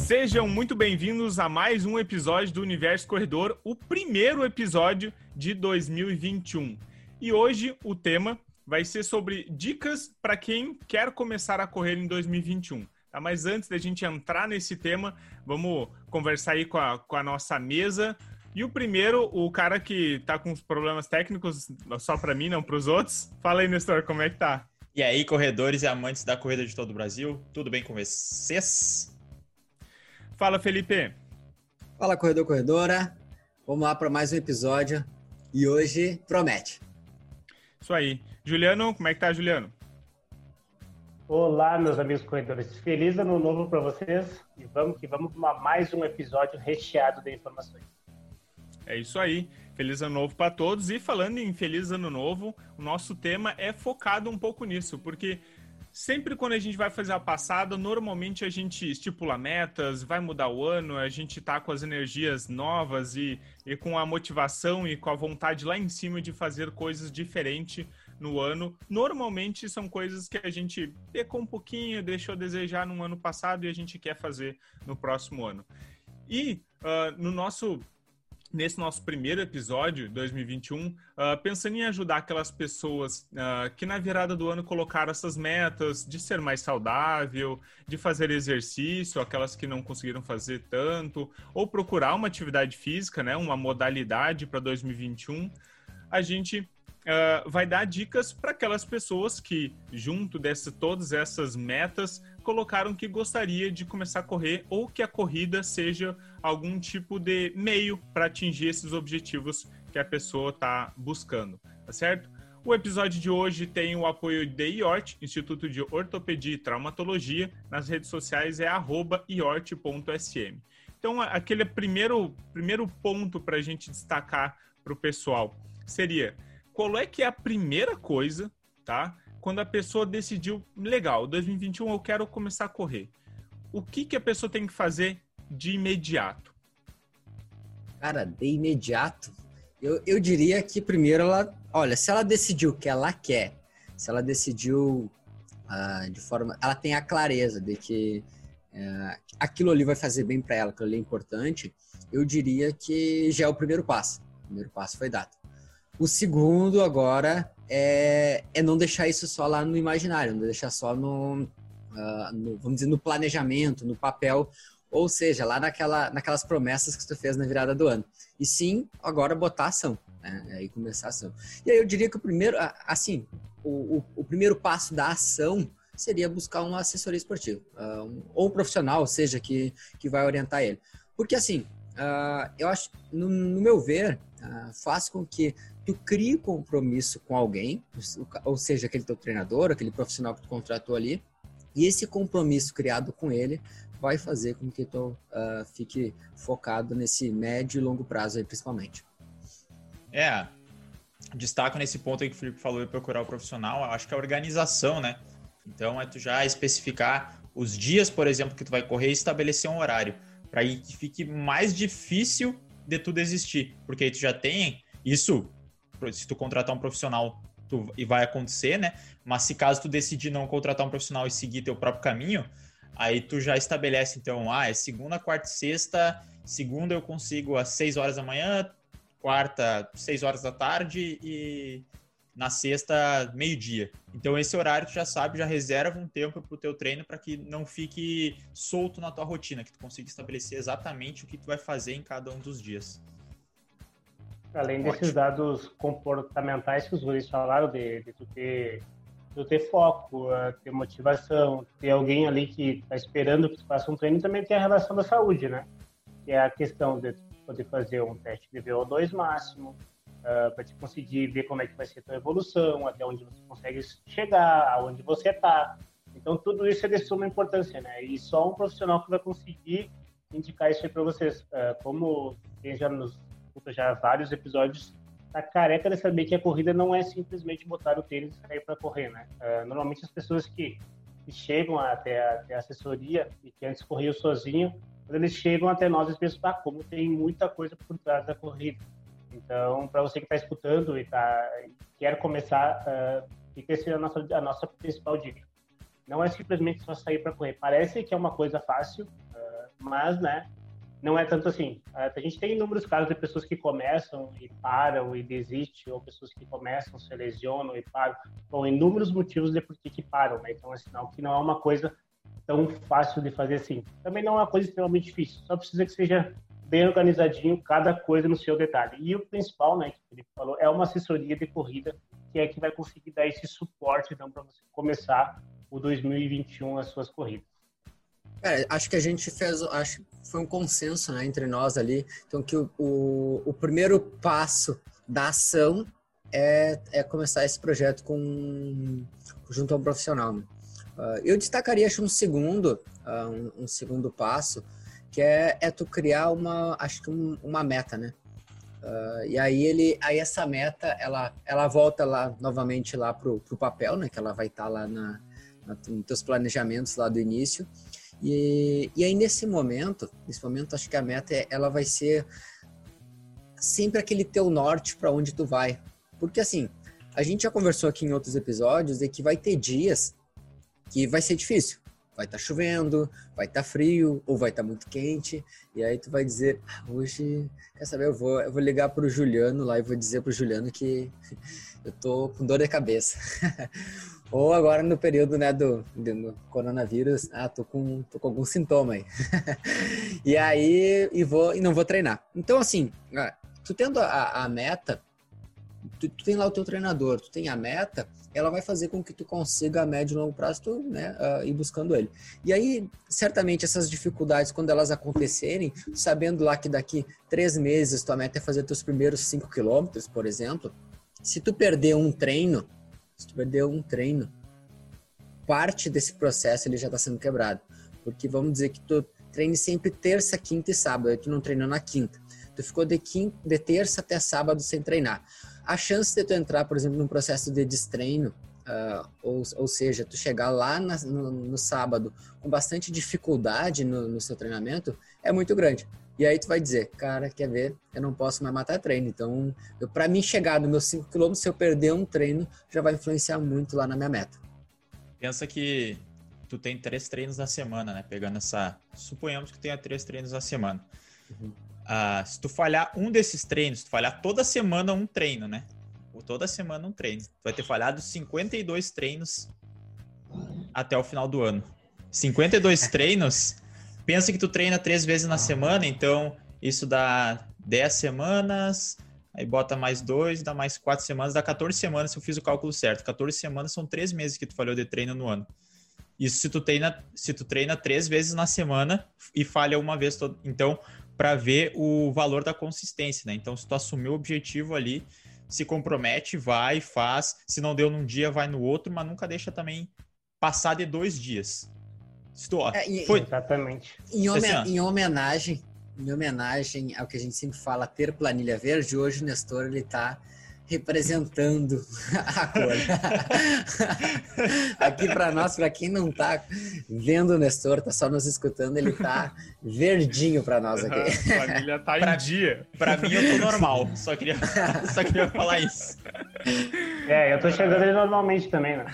Sejam muito bem-vindos a mais um episódio do Universo Corredor, o primeiro episódio de 2021. E hoje o tema vai ser sobre dicas para quem quer começar a correr em 2021. Tá? Mas antes da gente entrar nesse tema, vamos conversar aí com a nossa mesa. E o primeiro, o cara que tá com os problemas técnicos, só para mim, não para os outros. Fala aí, Nestor, como é que tá? E aí, corredores e amantes da corrida de todo o Brasil, tudo bem com vocês? Fala, Felipe. Fala, corredor, corredora. Vamos lá para mais um episódio e hoje promete. Isso aí. Juliano, como é que tá, Juliano? Olá, meus amigos corredores. Feliz ano novo para vocês e vamos para mais um episódio recheado de informações. É isso aí. Feliz ano novo para todos. E falando em feliz ano novo, o nosso tema é focado um pouco nisso, porque sempre quando a gente vai fazer a passada, normalmente a gente estipula metas, vai mudar o ano, a gente tá com as energias novas e com a motivação e com a vontade lá em cima de fazer coisas diferentes no ano. Normalmente são coisas que a gente pecou um pouquinho, deixou a desejar no ano passado e a gente quer fazer no próximo ano. E nesse nosso primeiro episódio, 2021, pensando em ajudar aquelas pessoas que na virada do ano colocaram essas metas de ser mais saudável, de fazer exercício, aquelas que não conseguiram fazer tanto, ou procurar uma atividade física, né, uma modalidade para 2021, a gente vai dar dicas para aquelas pessoas que, junto de todas essas metas, colocaram que gostaria de começar a correr ou que a corrida seja algum tipo de meio para atingir esses objetivos que a pessoa está buscando, tá certo? O episódio de hoje tem o apoio de IORT, Instituto de Ortopedia e Traumatologia. Nas redes sociais é @iort.sm. Então, aquele primeiro ponto para a gente destacar para o pessoal seria: qual é que é a primeira coisa, tá? Quando a pessoa decidiu, legal, 2021 eu quero começar a correr. O que a pessoa tem que fazer de imediato? Cara, de imediato, eu diria que primeiro se ela decidiu o que ela quer, se ela decidiu ela tem a clareza de que aquilo ali vai fazer bem para ela, aquilo ali é importante, eu diria que já é o primeiro passo. O primeiro passo foi dado. O segundo agora é não deixar isso só lá no imaginário, não deixar só vamos dizer, no planejamento, no papel, ou seja, lá naquelas promessas que tu fez na virada do ano. E sim, agora botar ação, né? Aí começar a ação. E aí eu diria que o primeiro, o primeiro passo da ação seria buscar uma assessoria esportiva, ou um profissional, seja, que vai orientar ele. Porque assim, eu acho, no meu ver, faz com que tu crie compromisso com alguém, ou seja, aquele teu treinador, aquele profissional que tu contratou ali, e esse compromisso criado com ele vai fazer com que tu fique focado nesse médio e longo prazo aí, principalmente. Destaco nesse ponto aí que o Felipe falou de procurar o profissional, eu acho que é a organização, né? Então, tu já especificar os dias, por exemplo, que tu vai correr e estabelecer um horário, para que fique mais difícil de tu desistir, porque aí tu já tem isso. Se tu contratar um profissional, e vai acontecer, né? Mas se caso tu decidir não contratar um profissional e seguir teu próprio caminho, aí tu já estabelece, então, é segunda, quarta e sexta. Segunda eu consigo às 6 horas da manhã, quarta, 6 horas da tarde e na sexta, meio-dia. Então esse horário tu já sabe, já reserva um tempo pro teu treino para que não fique solto na tua rotina, que tu consiga estabelecer exatamente o que tu vai fazer em cada um dos dias. Além desses dados comportamentais que os guris falaram, de tu ter foco, ter motivação, ter alguém ali que está esperando que tu faça um treino, também tem a relação da saúde, né? Que é a questão de poder fazer um teste de VO2 máximo, para te conseguir ver como é que vai ser a tua evolução, até onde você consegue chegar, aonde você está. Então, tudo isso é de suma importância, né? E só um profissional que vai conseguir indicar isso aí para vocês. Como quem já nos escuta já vários episódios, tá careca de saber que a corrida não é simplesmente botar o tênis e sair para correr, né? Normalmente as pessoas que chegam até a assessoria e que antes corriam sozinho, quando eles chegam até nós, eles pensam, como tem muita coisa por trás da corrida. Então, para você que está escutando e quer começar, fica essa a nossa principal dica. Não é simplesmente só sair para correr. Parece que é uma coisa fácil, mas, né, não é tanto assim. A gente tem inúmeros casos de pessoas que começam e param e desistem, ou pessoas que começam, se lesionam e param. Bom, inúmeros motivos de por que param, né? Então é sinal que não é uma coisa tão fácil de fazer assim. Também não é uma coisa extremamente difícil, só precisa que seja bem organizadinho, cada coisa no seu detalhe. E o principal, né, que o Felipe falou, é uma assessoria de corrida, que é que vai conseguir dar esse suporte, então, para você começar o 2021 as suas corridas. Cara, acho que a gente acho que foi um consenso, né, entre nós ali, então que o primeiro passo da ação é começar esse projeto junto a um profissional. Né? Eu destacaria, acho, um segundo passo, que é tu criar uma meta, né? E aí essa meta, ela volta lá novamente lá pro papel, né? Que ela vai estar lá nos teus planejamentos lá do início. E aí nesse momento, acho que a meta ela vai ser sempre aquele teu norte para onde tu vai. Porque assim, a gente já conversou aqui em outros episódios de que vai ter dias que vai ser difícil. Vai estar chovendo, vai estar frio ou vai estar muito quente. E aí tu vai dizer, hoje, quer saber, eu vou ligar pro Juliano lá e vou dizer pro Juliano que eu tô com dor de cabeça. Ou agora no período, né, do coronavírus, tô com algum sintoma aí. E aí, e não vou treinar. Então, assim, tu tendo a meta, tu tem lá o teu treinador, tu tem a meta, ela vai fazer com que tu consiga a médio e longo prazo, tu, né, ir buscando ele. E aí, certamente, essas dificuldades, quando elas acontecerem, sabendo lá que daqui 3 meses tua meta é fazer teus primeiros 5 quilômetros, por exemplo, se tu perder um treino, parte desse processo ele já está sendo quebrado. Porque vamos dizer que tu treine sempre terça, quinta e sábado, aí tu não treinou na quinta. Tu ficou de terça até sábado sem treinar. A chance de tu entrar, por exemplo, num processo de destreino, ou seja, tu chegar lá no sábado com bastante dificuldade no seu treinamento, é muito grande. E aí tu vai dizer, cara, quer ver? Eu não posso mais matar treino. Então, para mim chegar nos meus 5 km, se eu perder um treino, já vai influenciar muito lá na minha meta. Pensa que tu tem 3 treinos na semana, né? Suponhamos que tenha 3 treinos na semana. Uhum. Se tu falhar um desses treinos, tu falhar toda semana um treino, né? Ou toda semana um treino. Tu vai ter falhado 52 treinos até o final do ano. 52 treinos, pensa que tu treina 3 vezes na semana, então isso dá 10 semanas, aí bota mais 2, dá mais 4 semanas, dá 14 semanas se eu fiz o cálculo certo. 14 semanas são 3 meses que tu falhou de treino no ano. Isso se tu treina 3 vezes na semana e falha uma vez todo. Então, para ver o valor da consistência, né? Então, se tu assumir o objetivo ali, se compromete, vai, faz. Se não deu num dia, vai no outro, mas nunca deixa também passar de 2 dias. Exatamente. Em homenagem ao que a gente sempre fala, ter planilha verde, hoje o Nestor ele tá representando a cor. Aqui para nós, para quem não tá vendo o Nestor, tá só nos escutando, ele tá verdinho para nós aqui. A planilha tá em dia. Para mim eu tô normal, só queria falar isso. Eu tô chegando ali normalmente também, né?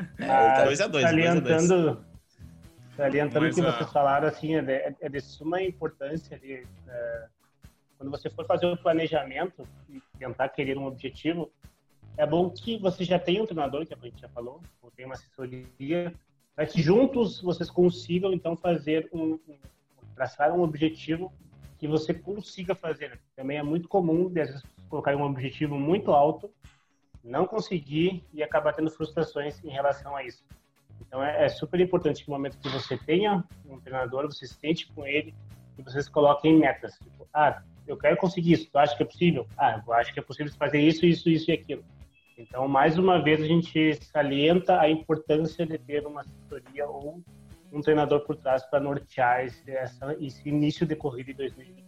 2-2. Salientando o que vocês falaram, assim, é de suma importância ali, quando você for fazer o planejamento e tentar querer um objetivo, é bom que você já tenha um treinador, que a gente já falou, ou tenha uma assessoria, para que juntos vocês consigam, então, traçar um objetivo que você consiga fazer. Também é muito comum, às vezes, colocar um objetivo muito alto, não conseguir e acabar tendo frustrações em relação a isso. Então, é super importante que no momento que você tenha um treinador, você se sente com ele e vocês coloquem metas. Tipo, eu quero conseguir isso, tu acha que é possível? Eu acho que é possível fazer isso e aquilo. Então, mais uma vez, a gente salienta a importância de ter uma assessoria ou um treinador por trás para nortear esse início de corrida de 2021.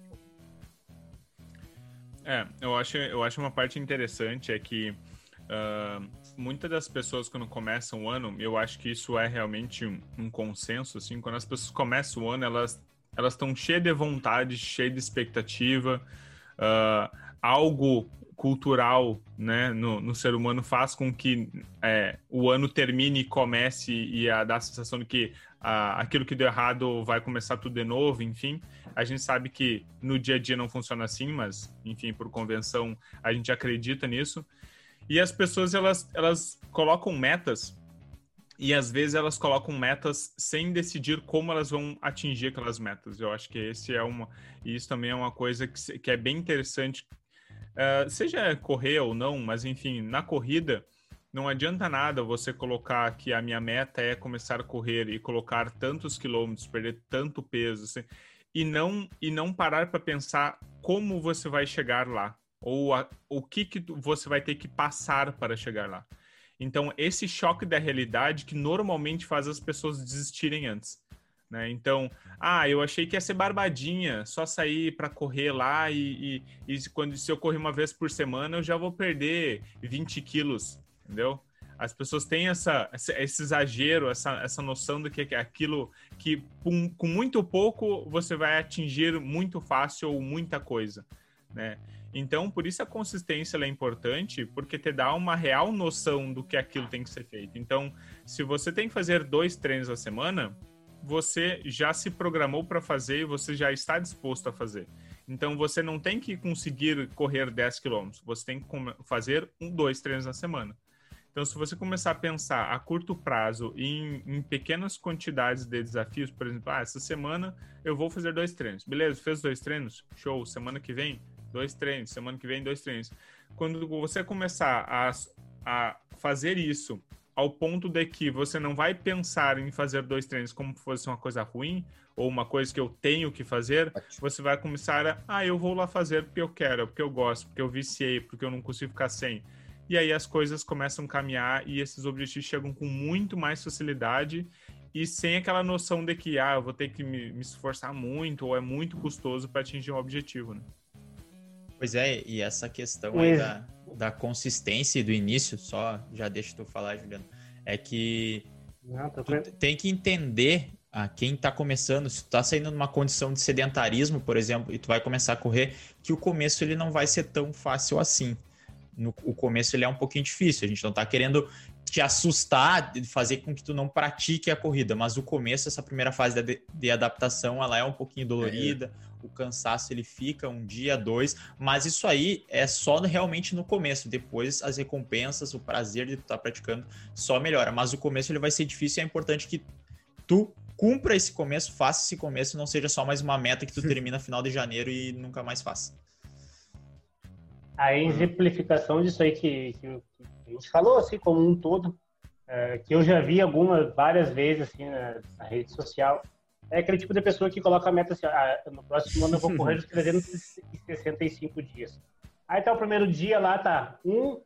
Eu acho uma parte interessante é que muitas das pessoas quando começam o ano, eu acho que isso é realmente um consenso, assim, quando as pessoas começam o ano, elas estão cheias de vontade, cheias de expectativa, algo cultural, né, no ser humano faz com que o ano termine e comece e dá a sensação de que aquilo que deu errado vai começar tudo de novo, enfim. A gente sabe que no dia a dia não funciona assim, mas, enfim, por convenção, a gente acredita nisso. E as pessoas, elas colocam metas e, às vezes, elas colocam metas sem decidir como elas vão atingir aquelas metas. Eu acho que isso também é uma coisa que é bem interessante. Seja correr ou não, mas, enfim, na corrida, não adianta nada você colocar que a minha meta é começar a correr e colocar tantos quilômetros, perder tanto peso, assim, e não parar para pensar como você vai chegar lá, ou o que você vai ter que passar para chegar lá. Então, esse choque da realidade que normalmente faz as pessoas desistirem antes, né? Então, eu achei que ia ser barbadinha, só sair para correr lá e se eu correr uma vez por semana, eu já vou perder 20 quilos, entendeu? As pessoas têm esse exagero, essa noção de que é aquilo que com muito pouco você vai atingir muito fácil ou muita coisa, né? Então, por isso a consistência ela é importante, porque te dá uma real noção do que aquilo tem que ser feito. Então, se você tem que fazer 2 treinos a semana, você já se programou para fazer e você já está disposto a fazer. Então, você não tem que conseguir correr 10 quilômetros, você tem que fazer 2 treinos na semana. Então, se você começar a pensar a curto prazo em pequenas quantidades de desafios, por exemplo, essa semana eu vou fazer 2 treinos. Beleza, fez 2 treinos? Show. Semana que vem, 2 treinos. Semana que vem, 2 treinos. Quando você começar a fazer isso ao ponto de que você não vai pensar em fazer 2 treinos como se fosse uma coisa ruim ou uma coisa que eu tenho que fazer, você vai começar eu vou lá fazer porque eu quero, porque eu gosto, porque eu viciei, porque eu não consigo ficar sem. E aí as coisas começam a caminhar e esses objetivos chegam com muito mais facilidade e sem aquela noção de que eu vou ter que me esforçar muito ou é muito custoso para atingir um objetivo, né? Pois é, e essa questão aí da consistência e do início, só já deixa tu falar, Juliano, é que tu tem que entender quem tá começando, se tu tá saindo numa condição de sedentarismo, por exemplo, e tu vai começar a correr, que o começo ele não vai ser tão fácil assim. O começo ele é um pouquinho difícil, a gente não tá querendo te assustar, fazer com que tu não pratique a corrida, mas o começo, essa primeira fase de adaptação, ela é um pouquinho dolorida, o cansaço ele fica 1 dia, 2, mas isso aí é só realmente no começo, depois as recompensas, o prazer de tu estar praticando só melhora, mas o começo ele vai ser difícil e é importante que tu cumpra esse começo, faça esse começo, não seja só mais uma meta que tu termina no final de janeiro e nunca mais faça. A exemplificação disso aí que a gente falou, assim, como um todo, que eu já vi várias vezes, assim, na rede social, é aquele tipo de pessoa que coloca a meta assim, no próximo ano eu vou correr os 365 dias. Aí tá o primeiro dia lá, tá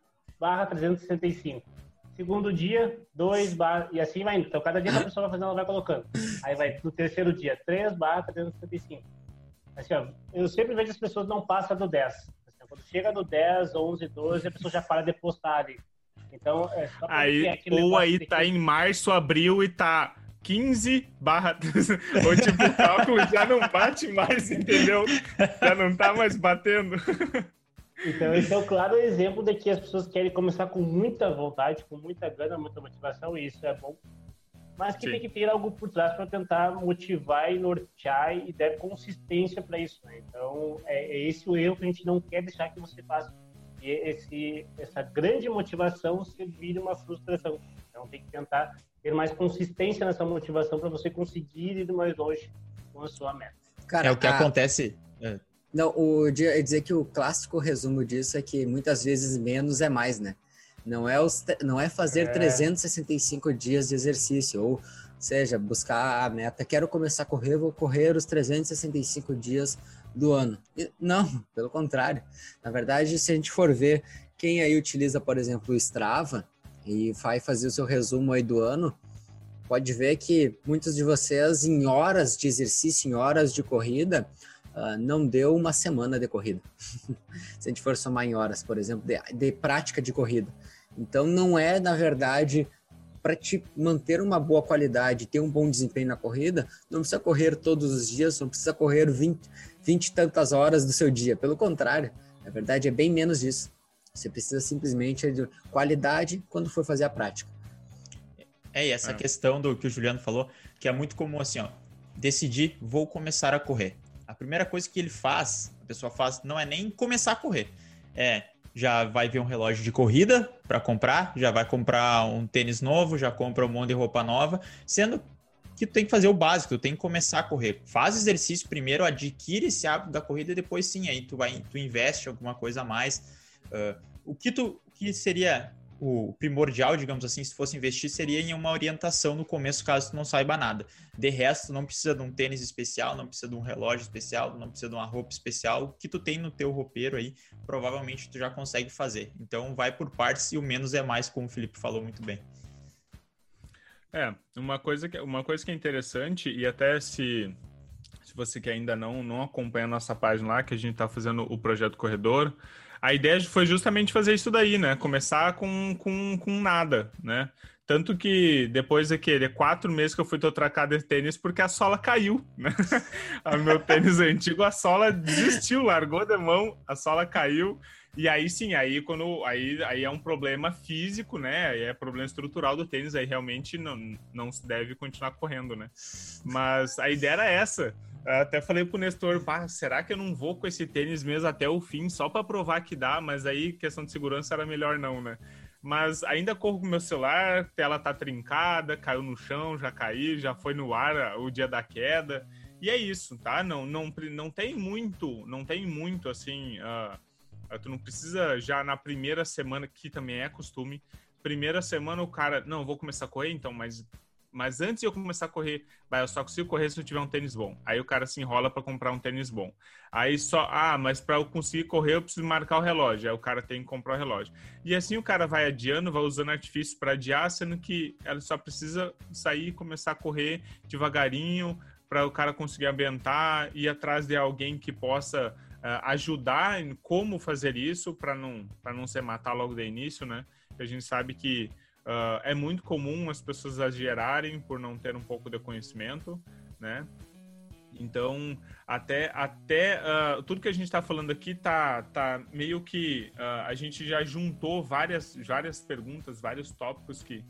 1/365. Segundo dia, 2 e assim vai indo. Então, cada dia que a pessoa vai fazendo, ela vai colocando. Aí vai no terceiro dia, 3/365. Assim, eu sempre vejo as pessoas não passam do 10. Assim, quando chega no 10, 11, 12, a pessoa já para de postar ali. Então, é só aí tá em março, abril e tá 15 barra... Ou tipo, o cálculo já não bate mais, entendeu? Já não tá mais batendo. Então, esse é um claro exemplo de que as pessoas querem começar com muita vontade, com muita gana, muita motivação, e isso é bom. Mas que tem que ter algo por trás para tentar motivar e nortear e dar consistência para isso, né? Então, é esse o erro que a gente não quer deixar que você faça. E essa grande motivação se vira uma frustração. Então, tem que tentar ter mais consistência nessa motivação para você conseguir ir mais longe com a sua meta. Cara, o que acontece... Não, eu ia dizer que o clássico resumo disso é que muitas vezes menos é mais, né? Não é fazer 365 dias de exercício, ou seja, buscar a meta, quero começar a correr, vou correr os 365 dias do ano. Não, pelo contrário. Na verdade, se a gente for ver quem aí utiliza, por exemplo, o Strava e vai fazer o seu resumo aí do ano, pode ver que muitos de vocês, em horas de exercício, em horas de corrida, não deu uma semana de corrida. Se a gente for somar em horas, por exemplo, de prática de corrida. Então, não é, na verdade, para te manter uma boa qualidade, ter um bom desempenho na corrida, não precisa correr todos os dias, não precisa correr 20 e tantas horas do seu dia. Pelo contrário, na verdade, é bem menos disso. Você precisa simplesmente de qualidade quando for fazer a prática. E essa questão do que o Juliano falou, que é muito comum assim, ó, decidir, vou começar a correr. A primeira coisa que a pessoa faz, não é nem começar a correr. Já vai ver um relógio de corrida para comprar, já vai comprar um tênis novo, já compra um monte de roupa nova, sendo que tu tem que fazer o básico, tu tem que começar a correr. Faz exercício primeiro, adquire esse hábito da corrida e depois sim, aí tu investe alguma coisa a mais. O que seria o primordial, digamos assim, se fosse investir, seria em uma orientação no começo, caso tu não saiba nada. De resto, não precisa de um tênis especial, não precisa de um relógio especial, não precisa de uma roupa especial. O que tu tem no teu roupeiro aí, provavelmente tu já consegue fazer. Então, vai por partes e o menos é mais, como o Felipe falou muito bem. Uma coisa que é interessante, e até se você que ainda não acompanha a nossa página lá, que a gente está fazendo o Projeto Corredor, a ideia foi justamente fazer isso daí, né? Começar com nada, né? Tanto que depois daquele 4 meses que eu fui trocar de tênis, porque a sola caiu, né? O meu tênis antigo, a sola desistiu, largou de mão, a sola caiu. E aí sim, aí é um problema físico, né? Aí é problema estrutural do tênis, aí realmente não se deve continuar correndo, né? Mas a ideia era essa. Até falei pro Nestor, será que eu não vou com esse tênis mesmo até o fim, só para provar que dá? Mas aí, questão de segurança, era melhor não, né? Mas ainda corro com meu celular, tela tá trincada, caiu no chão, já caí, já foi no ar o dia da queda. E é isso, tá? Não tem muito, assim... tu não precisa já na primeira semana, que também é costume, primeira semana o cara, não, vou começar a correr então, mas antes de eu começar a correr, eu só consigo correr se eu tiver um tênis bom. Aí o cara se enrola para comprar um tênis bom. Aí mas para eu conseguir correr eu preciso marcar o relógio. Aí o cara tem que comprar o relógio. E assim o cara vai adiando, vai usando artifício para adiar, sendo que ela só precisa sair e começar a correr devagarinho para o cara conseguir ambientar, ir atrás de alguém que possa ajudar em como fazer isso para não se matar logo de início, né? A gente sabe que é muito comum as pessoas exagerarem por não ter um pouco de conhecimento, né? Então, até tudo que a gente está falando aqui tá meio que a gente já juntou várias perguntas, vários tópicos que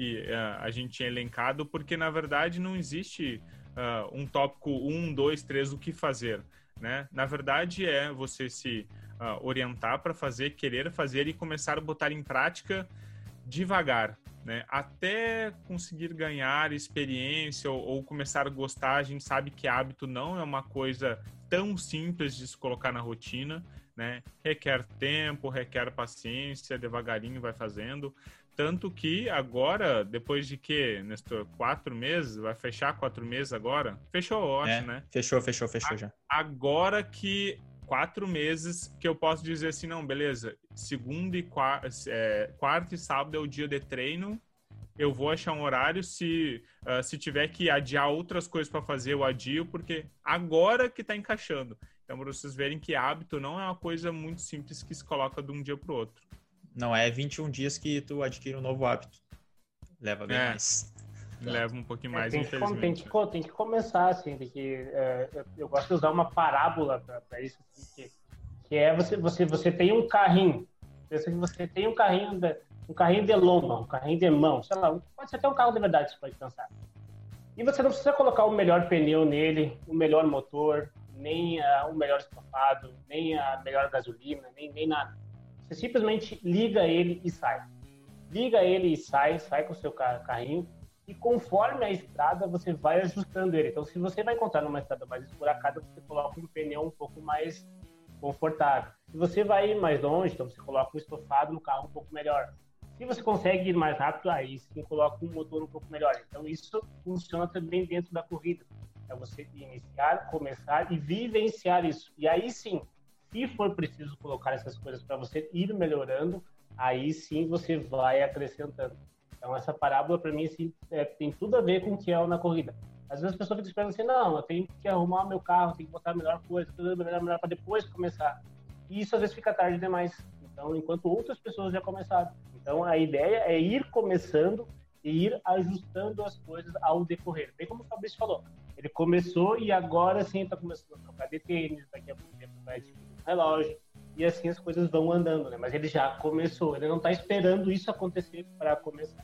a gente tinha elencado, porque na verdade não existe um tópico 1, 2, 3 o que fazer, né? Na verdade é você se orientar para fazer, querer fazer e começar a botar em prática devagar, né? Até conseguir ganhar experiência ou começar a gostar. A gente sabe que hábito não é uma coisa tão simples de se colocar na rotina, né? Requer tempo, requer paciência, devagarinho vai fazendo. Tanto que agora, depois de Nestor, 4 meses, vai fechar 4 meses agora? Fechou, eu acho, né? Fechou já. Agora que 4 meses que eu posso dizer assim, não, beleza, segunda e quarta e sábado é o dia de treino, eu vou achar um horário, se tiver que adiar outras coisas para fazer, eu adio, porque agora que tá encaixando. Então, para vocês verem que hábito não é uma coisa muito simples que se coloca de um dia para o outro. Não é 21 dias que tu adquire um novo hábito. Leva bem mais. Leva um pouquinho mais, infelizmente. Tem que começar, assim, eu gosto de usar uma parábola para isso, assim, que é você tem um carrinho, pensa que você tem um carrinho de lomba, um carrinho de mão, sei lá, pode ser até um carro de verdade, você pode pensar. E você não precisa colocar o melhor pneu nele, o melhor motor, nem o melhor estofado, nem a melhor gasolina, nem nada. Você simplesmente liga ele e sai. Liga ele e sai com o seu carrinho. E conforme a estrada, você vai ajustando ele. Então, se você vai encontrar numa estrada mais esburacada, você coloca um pneu um pouco mais confortável. Se você vai ir mais longe, então você coloca um estofado no carro um pouco melhor. Se você consegue ir mais rápido, aí sim coloca um motor um pouco melhor. Então, isso funciona também dentro da corrida. É você iniciar, começar e vivenciar isso. E aí sim, se for preciso colocar essas coisas para você ir melhorando, aí sim você vai acrescentando. Então, essa parábola, para mim, assim, tem tudo a ver com o que é na corrida. Às vezes as pessoas ficam esperando assim, não, eu tenho que arrumar meu carro, tenho que botar a melhor coisa, tudo melhor para depois começar. E isso, às vezes, fica tarde demais. Então, enquanto outras pessoas já começaram. Então, a ideia é ir começando e ir ajustando as coisas ao decorrer. Bem como o Fabrício falou, ele começou e agora sim está começando a trocar de tênis, daqui a pouco tempo vai adquirir um relógio. e assim as coisas vão andando, né? Mas ele já começou, ele não está esperando isso acontecer para começar.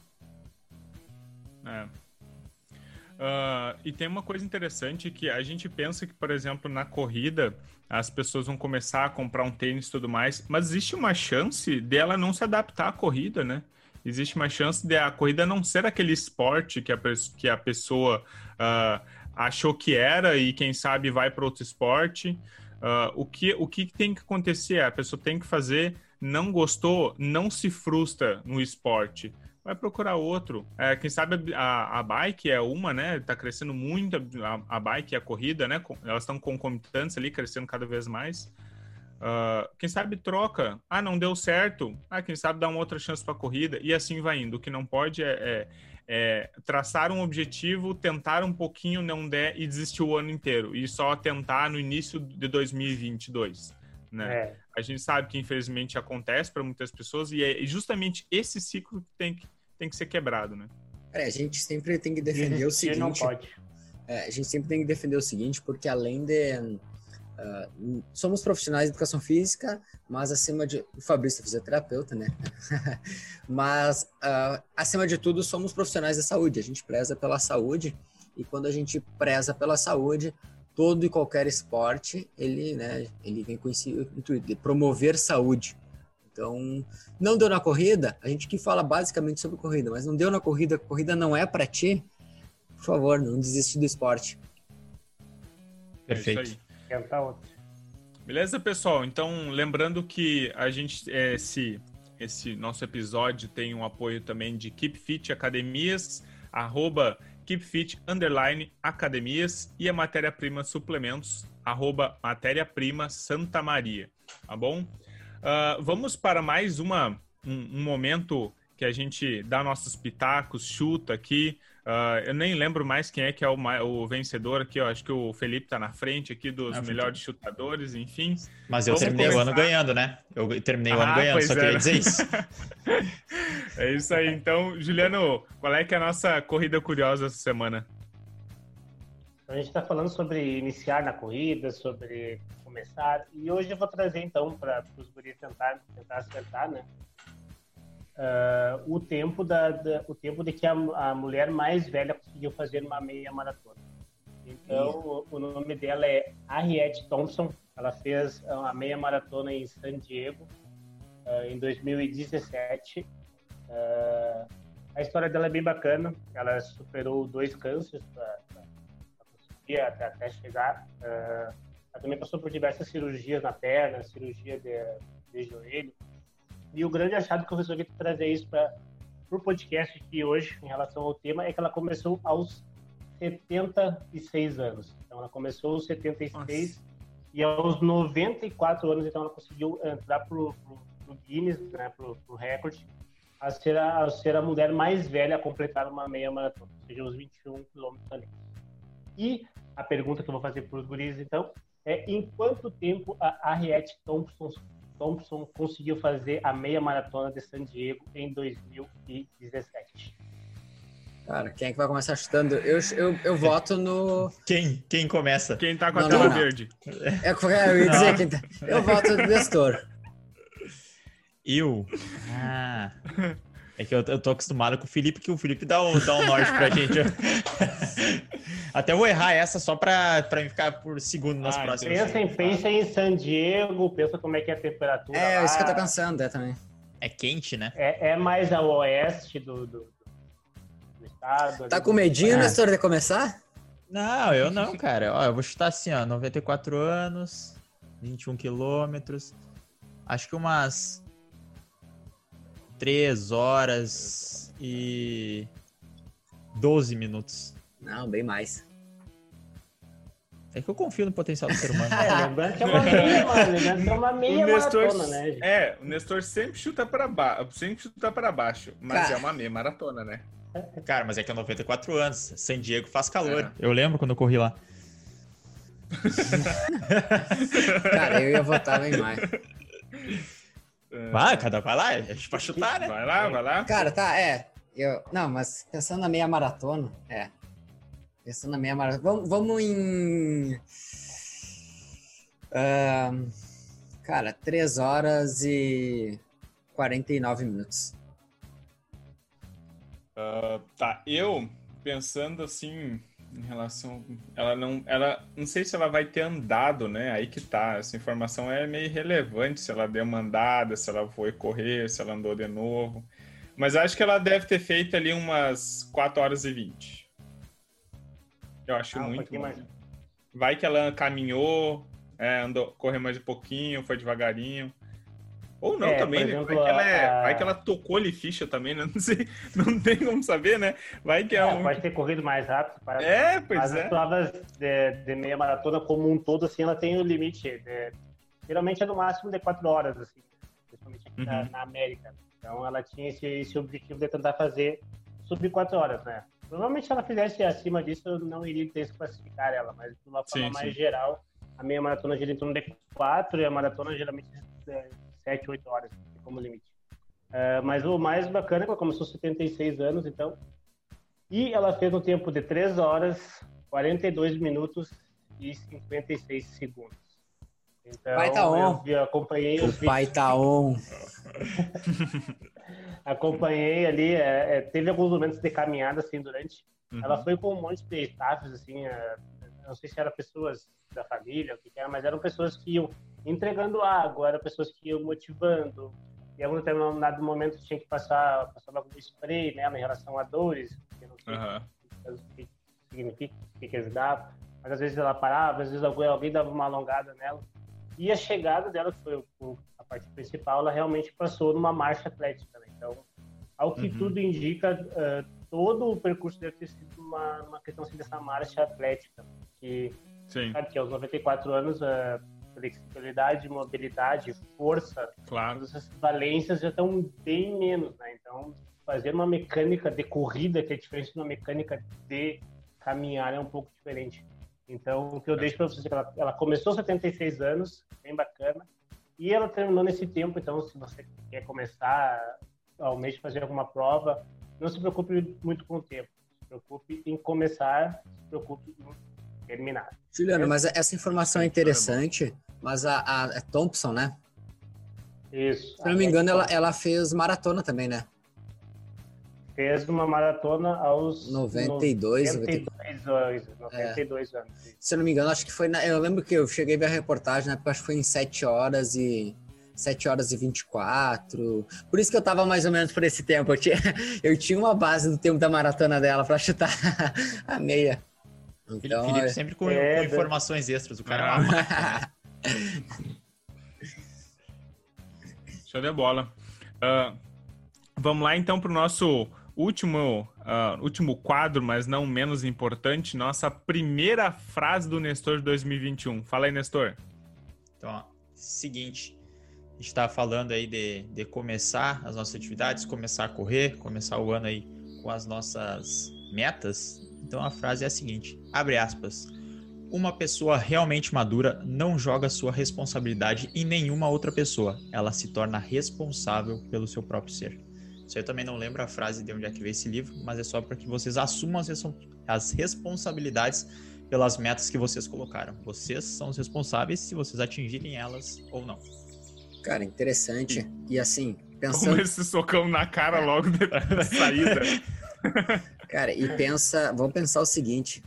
E tem uma coisa interessante que a gente pensa que, por exemplo, na corrida as pessoas vão começar a comprar um tênis e tudo mais, mas existe uma chance dela não se adaptar à corrida, né? Existe uma chance de a corrida não ser aquele esporte que a pessoa achou que era e quem sabe vai para outro esporte. O que tem que acontecer? A pessoa tem que fazer, não gostou, não se frustra no esporte. Vai procurar outro. Quem sabe a bike é uma, né? Tá crescendo muito a bike e a corrida, né? Elas estão concomitantes ali, crescendo cada vez mais. Quem sabe troca. Não deu certo. Quem sabe dá uma outra chance para a corrida. E assim vai indo. O que não pode é traçar um objetivo, tentar um pouquinho, não der e desistir o ano inteiro. E só tentar no início de 2022. Né? A gente sabe que infelizmente acontece para muitas pessoas e é justamente esse ciclo que tem que ser quebrado, né? A gente sempre tem que defender o seguinte. Não pode. A gente sempre tem que defender o seguinte, porque além de somos profissionais de educação física, mas acima de o Fabrício é fisioterapeuta, né? Mas acima de tudo somos profissionais da saúde. A gente preza pela saúde e quando a gente preza pela saúde, todo e qualquer esporte, ele vem com esse intuito de promover saúde. Então, não deu na corrida, a gente aqui fala basicamente sobre corrida, mas não deu na corrida, a corrida não é para ti, por favor, não desiste do esporte. Perfeito. Beleza, pessoal? Então, lembrando que a gente, esse nosso episódio tem um apoio também de Keep Fit Academias, @KeepFit_academias e a Matéria-Prima Suplementos, @Matéria-Prima Santa Maria, tá bom? Vamos para mais um momento que a gente dá nossos pitacos, chuta aqui. Eu nem lembro mais quem é que é o vencedor aqui, ó. Acho que o Felipe tá na frente aqui dos melhores chutadores, enfim. Mas eu terminei o ano ganhando, né? Eu terminei o ano ganhando, só queria dizer isso. É isso aí. Então, Juliano, qual é que é a nossa corrida curiosa essa semana? A gente está falando sobre iniciar na corrida, sobre começar, e hoje eu vou trazer então para os guris tentar acertar, né? O tempo de que a mulher mais velha conseguiu fazer uma meia maratona. Então, o nome dela é Harriet Thompson. Ela fez a meia maratona em San Diego em 2017. A história dela é bem bacana. Ela superou 2 cânceres para conseguir até chegar. Ela também passou por diversas cirurgias na perna, cirurgia de joelho. E o grande achado que eu resolvi trazer isso para o podcast aqui hoje, em relação ao tema, é que ela começou aos 76 anos. Então, ela começou aos 76 e aos 94 anos, então, ela conseguiu entrar pro Guinness, né, pro recorde, a ser a mulher mais velha a completar uma meia maratona, ou seja, os 21 quilômetros ali. E a pergunta que eu vou fazer para os guris, então, é em quanto tempo a Harriet Thompson conseguiu fazer a meia maratona de San Diego em 2017? Cara, quem é que vai começar chutando? Eu voto no... Quem começa? Quem tá com a tela verde? Eu ia dizer quem tá... Eu voto no Nestor. Eu? É que eu tô acostumado com o Felipe, que o Felipe dá um norte pra gente. Até vou errar essa só pra ficar por segundo nas próximas. Pensa em San Diego, pensa como é que é a temperatura lá. Isso que eu tô pensando, também. É quente, né? É mais ao oeste do estado. Tá com medinho, Nestor, de começar? Não, eu não, cara. Ó, eu vou chutar assim, ó, 94 anos, 21 quilômetros. Acho que umas 3 horas e 12 minutos. Não, bem mais. É que eu confio no potencial do ser humano. Lembrando que é uma meia, mano. Lembrando que é uma meia maratona, né, gente? O Nestor sempre chuta para baixo, mas é uma meia maratona, né? Cara, mas é que é 94 anos. San Diego faz calor. Eu lembro quando eu corri lá. Cara, eu ia votar bem mais. Vai lá, a gente pode chutar, né? Vai lá. Cara, tá, não, mas pensando na meia maratona, pensando na meia maratona, vamos em Cara, 3 horas e 49 minutos. Tá, eu pensando assim em relação, ela não sei se ela vai ter andado, né? Aí que tá, essa informação é meio irrelevante, se ela deu uma andada, se ela foi correr, se ela andou de novo. Mas acho que ela deve ter feito ali umas 4 horas e 20. Eu acho muito bom. Mais. Vai que ela caminhou, andou, correu mais um pouquinho, foi devagarinho. Ou não também, né? Exemplo, vai que ela tocou ali ficha também, né? Não sei, não tem como saber, né? Vai que pode ter corrido mais rápido. Pois as provas de meia maratona como um todo, assim, ela tem o limite. Geralmente é no máximo de 4 horas, assim, principalmente aqui na América. Então ela tinha esse objetivo de tentar fazer sub 4 horas, né? Provavelmente se ela fizesse acima disso, eu não iria ter que classificar ela, mas de uma forma mais geral, a meia maratona gira em torno de 4 e a maratona geralmente 7, 8 horas como limite. Mas o mais bacana é que ela começou 76 anos, então, e ela fez um tempo de 3 horas, 42 minutos e 56 segundos. Então, pai tá on. Eu acompanhei os vídeos. Pai tá on. Acompanhei ali, teve alguns momentos de caminhada, assim, durante. Ela foi com um monte de staffs, assim, não sei se eram pessoas da família, o que era, mas eram pessoas que iam entregando água, eram pessoas que iam motivando. E em algum determinado momento tinha que passar algum spray, né, em relação a dores, que não sei o que significa, o que ajudava. Mas às vezes ela parava, às vezes alguém dava uma alongada nela. E a chegada dela, que foi a parte principal, ela realmente passou numa marcha atlética, né? Então, ao que tudo indica, todo o percurso deve ter sido uma questão assim, dessa marcha atlética. Que, sabe, que aos 94 anos, flexibilidade, mobilidade, força, todas essas valências já estão bem menos, né? Então, fazer uma mecânica de corrida, que é diferente de uma mecânica de caminhar, é um pouco diferente. Então, o que eu deixo para vocês é que ela começou aos 76 anos, bem bacana, e ela terminou nesse tempo. Então, se você quer começar ao mês de fazer alguma prova, não se preocupe muito com o tempo. Se preocupe em começar, se preocupe em terminar. Juliano, mas essa informação é interessante, mas a Thompson, né? Isso. Se eu não me engano, ela fez maratona também, né? Fez uma maratona aos 92 anos. Se eu não me engano, acho que foi... Eu lembro que eu cheguei a ver a reportagem, na época acho que foi em 7 horas e 24. Por isso que eu tava mais ou menos por esse tempo. Eu tinha uma base do tempo da maratona dela para chutar a meia. Então, Felipe sempre com informações extras. O cara é uma máquina. Show de bola. Vamos lá então para o nosso último quadro, mas não menos importante, nossa primeira frase do Nestor de 2021. Fala aí, Nestor. Então, seguinte, a gente está falando aí de começar as nossas atividades, começar a correr, começar o ano aí com as nossas metas. Então a frase é a seguinte, abre aspas, uma pessoa realmente madura não joga sua responsabilidade em nenhuma outra pessoa, ela se torna responsável pelo seu próprio ser. Isso aí eu também não lembro a frase de onde é que veio esse livro, mas é só para que vocês assumam as responsabilidades pelas metas que vocês colocaram. Vocês são os responsáveis se vocês atingirem elas ou não. Cara, interessante. E assim, pensando... Como esse socão na cara logo depois da saída. Cara, e vamos pensar o seguinte,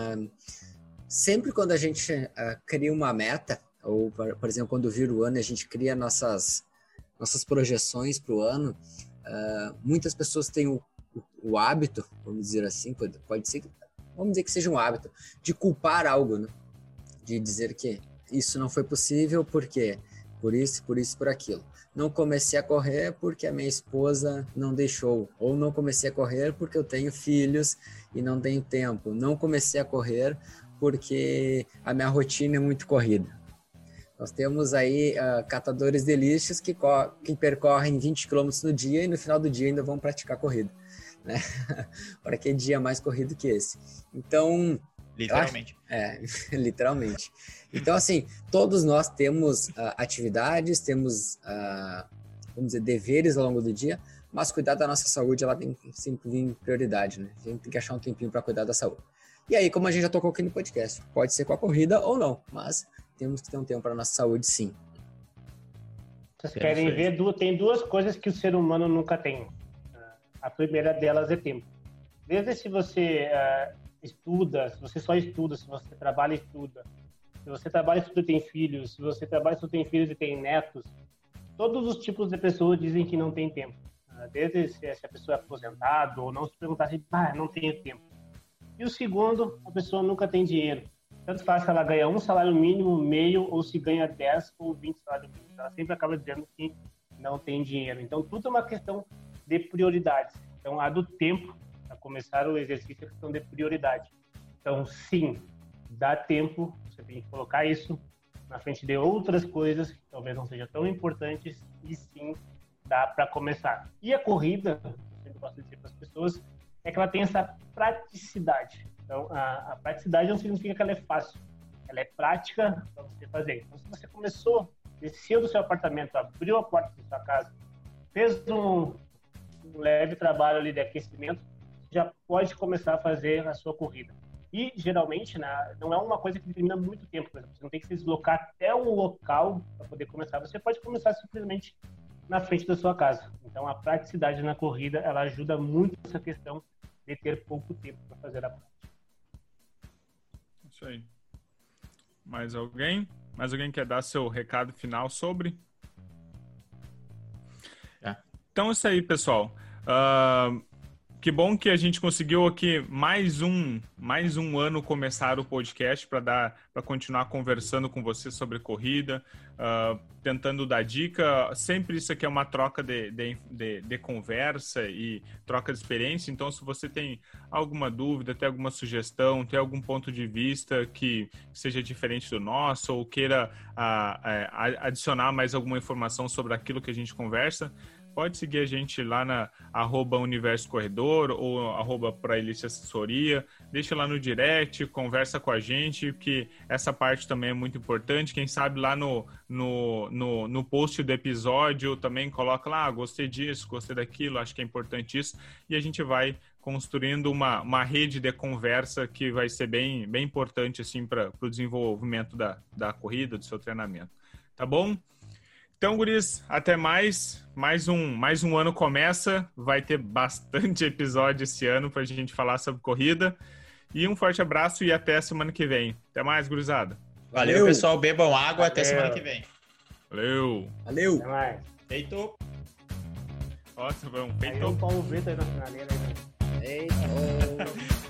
sempre quando a gente cria uma meta, ou, por exemplo, quando vira o ano e a gente cria nossas projeções para o ano, muitas pessoas têm o hábito, vamos dizer assim, pode ser, vamos dizer que seja um hábito, de culpar algo, né? De dizer que isso não foi possível porque por isso, por aquilo. Não comecei a correr porque a minha esposa não deixou, ou não comecei a correr porque eu tenho filhos e não tenho tempo. Não comecei a correr porque a minha rotina é muito corrida. Nós temos aí catadores de lixos que percorrem 20 km no dia e no final do dia ainda vão praticar corrida, né? Para que dia mais corrido que esse? Então... Literalmente. Literalmente. Então, assim, todos nós temos atividades, temos, vamos dizer, deveres ao longo do dia, mas cuidar da nossa saúde, ela tem que sempre vir em prioridade, né? A gente tem que achar um tempinho para cuidar da saúde. E aí, como a gente já tocou aqui no podcast, pode ser com a corrida ou não, mas temos que ter um tempo para a nossa saúde, sim. Vocês querem ver, tem duas coisas que o ser humano nunca tem. A primeira delas é tempo. Desde se você estuda, se você só estuda, se você trabalha e estuda, se você trabalha e estuda e tem filhos, se você trabalha e estuda e tem filhos e tem netos, todos os tipos de pessoas dizem que não tem tempo. Desde se a pessoa é aposentada ou não, se perguntar assim, não tenho tempo. E o segundo, a pessoa nunca tem dinheiro. Tanto faz se ela ganha um salário mínimo, meio, ou se ganha 10 ou 20 salários mínimos. Ela sempre acaba dizendo que não tem dinheiro. Então, tudo é uma questão de prioridades. Então, a do tempo, para começar o exercício, é questão de prioridade. Então, sim, dá tempo, você tem que colocar isso na frente de outras coisas que talvez não sejam tão importantes, e sim, dá para começar. E a corrida, eu sempre gosto de dizer para as pessoas, é que ela tem essa praticidade. Então, a praticidade não significa que ela é fácil, ela é prática para você fazer. Então, se você começou, desceu do seu apartamento, abriu a porta da sua casa, fez um leve trabalho ali de aquecimento, já pode começar a fazer a sua corrida. E, geralmente, não é uma coisa que determina muito tempo, por exemplo, você não tem que se deslocar até um local para poder começar, você pode começar simplesmente na frente da sua casa. Então, a praticidade na corrida, ela ajuda muito nessa questão de ter pouco tempo para fazer a prática. Isso aí. Mais alguém? Mais alguém quer dar seu recado final sobre? Então é isso aí, pessoal. Que bom que a gente conseguiu aqui mais um ano começar o podcast para continuar conversando com você sobre corrida, tentando dar dica. Sempre isso aqui é uma troca de conversa e troca de experiência. Então, se você tem alguma dúvida, tem alguma sugestão, tem algum ponto de vista que seja diferente do nosso ou queira adicionar mais alguma informação sobre aquilo que a gente conversa, pode seguir a gente lá na @Universo Corredor ou @Praelice Assessoria. Deixa lá no direct, conversa com a gente, que essa parte também é muito importante. Quem sabe lá no post do episódio também coloca lá, gostei disso, gostei daquilo, acho que é importante isso. E a gente vai construindo uma rede de conversa que vai ser bem importante assim, para o desenvolvimento da corrida, do seu treinamento. Tá bom? Então, guris, até mais. Mais um ano começa. Vai ter bastante episódio esse ano para a gente falar sobre corrida. E um forte abraço e até a semana que vem. Até mais, gurizada. Valeu, pessoal. Bebam água. Até semana que vem. Valeu. Até mais. Feito. Nossa, vamos. Feito. Aí um Paulo Vitor aí na finaleira. Eita.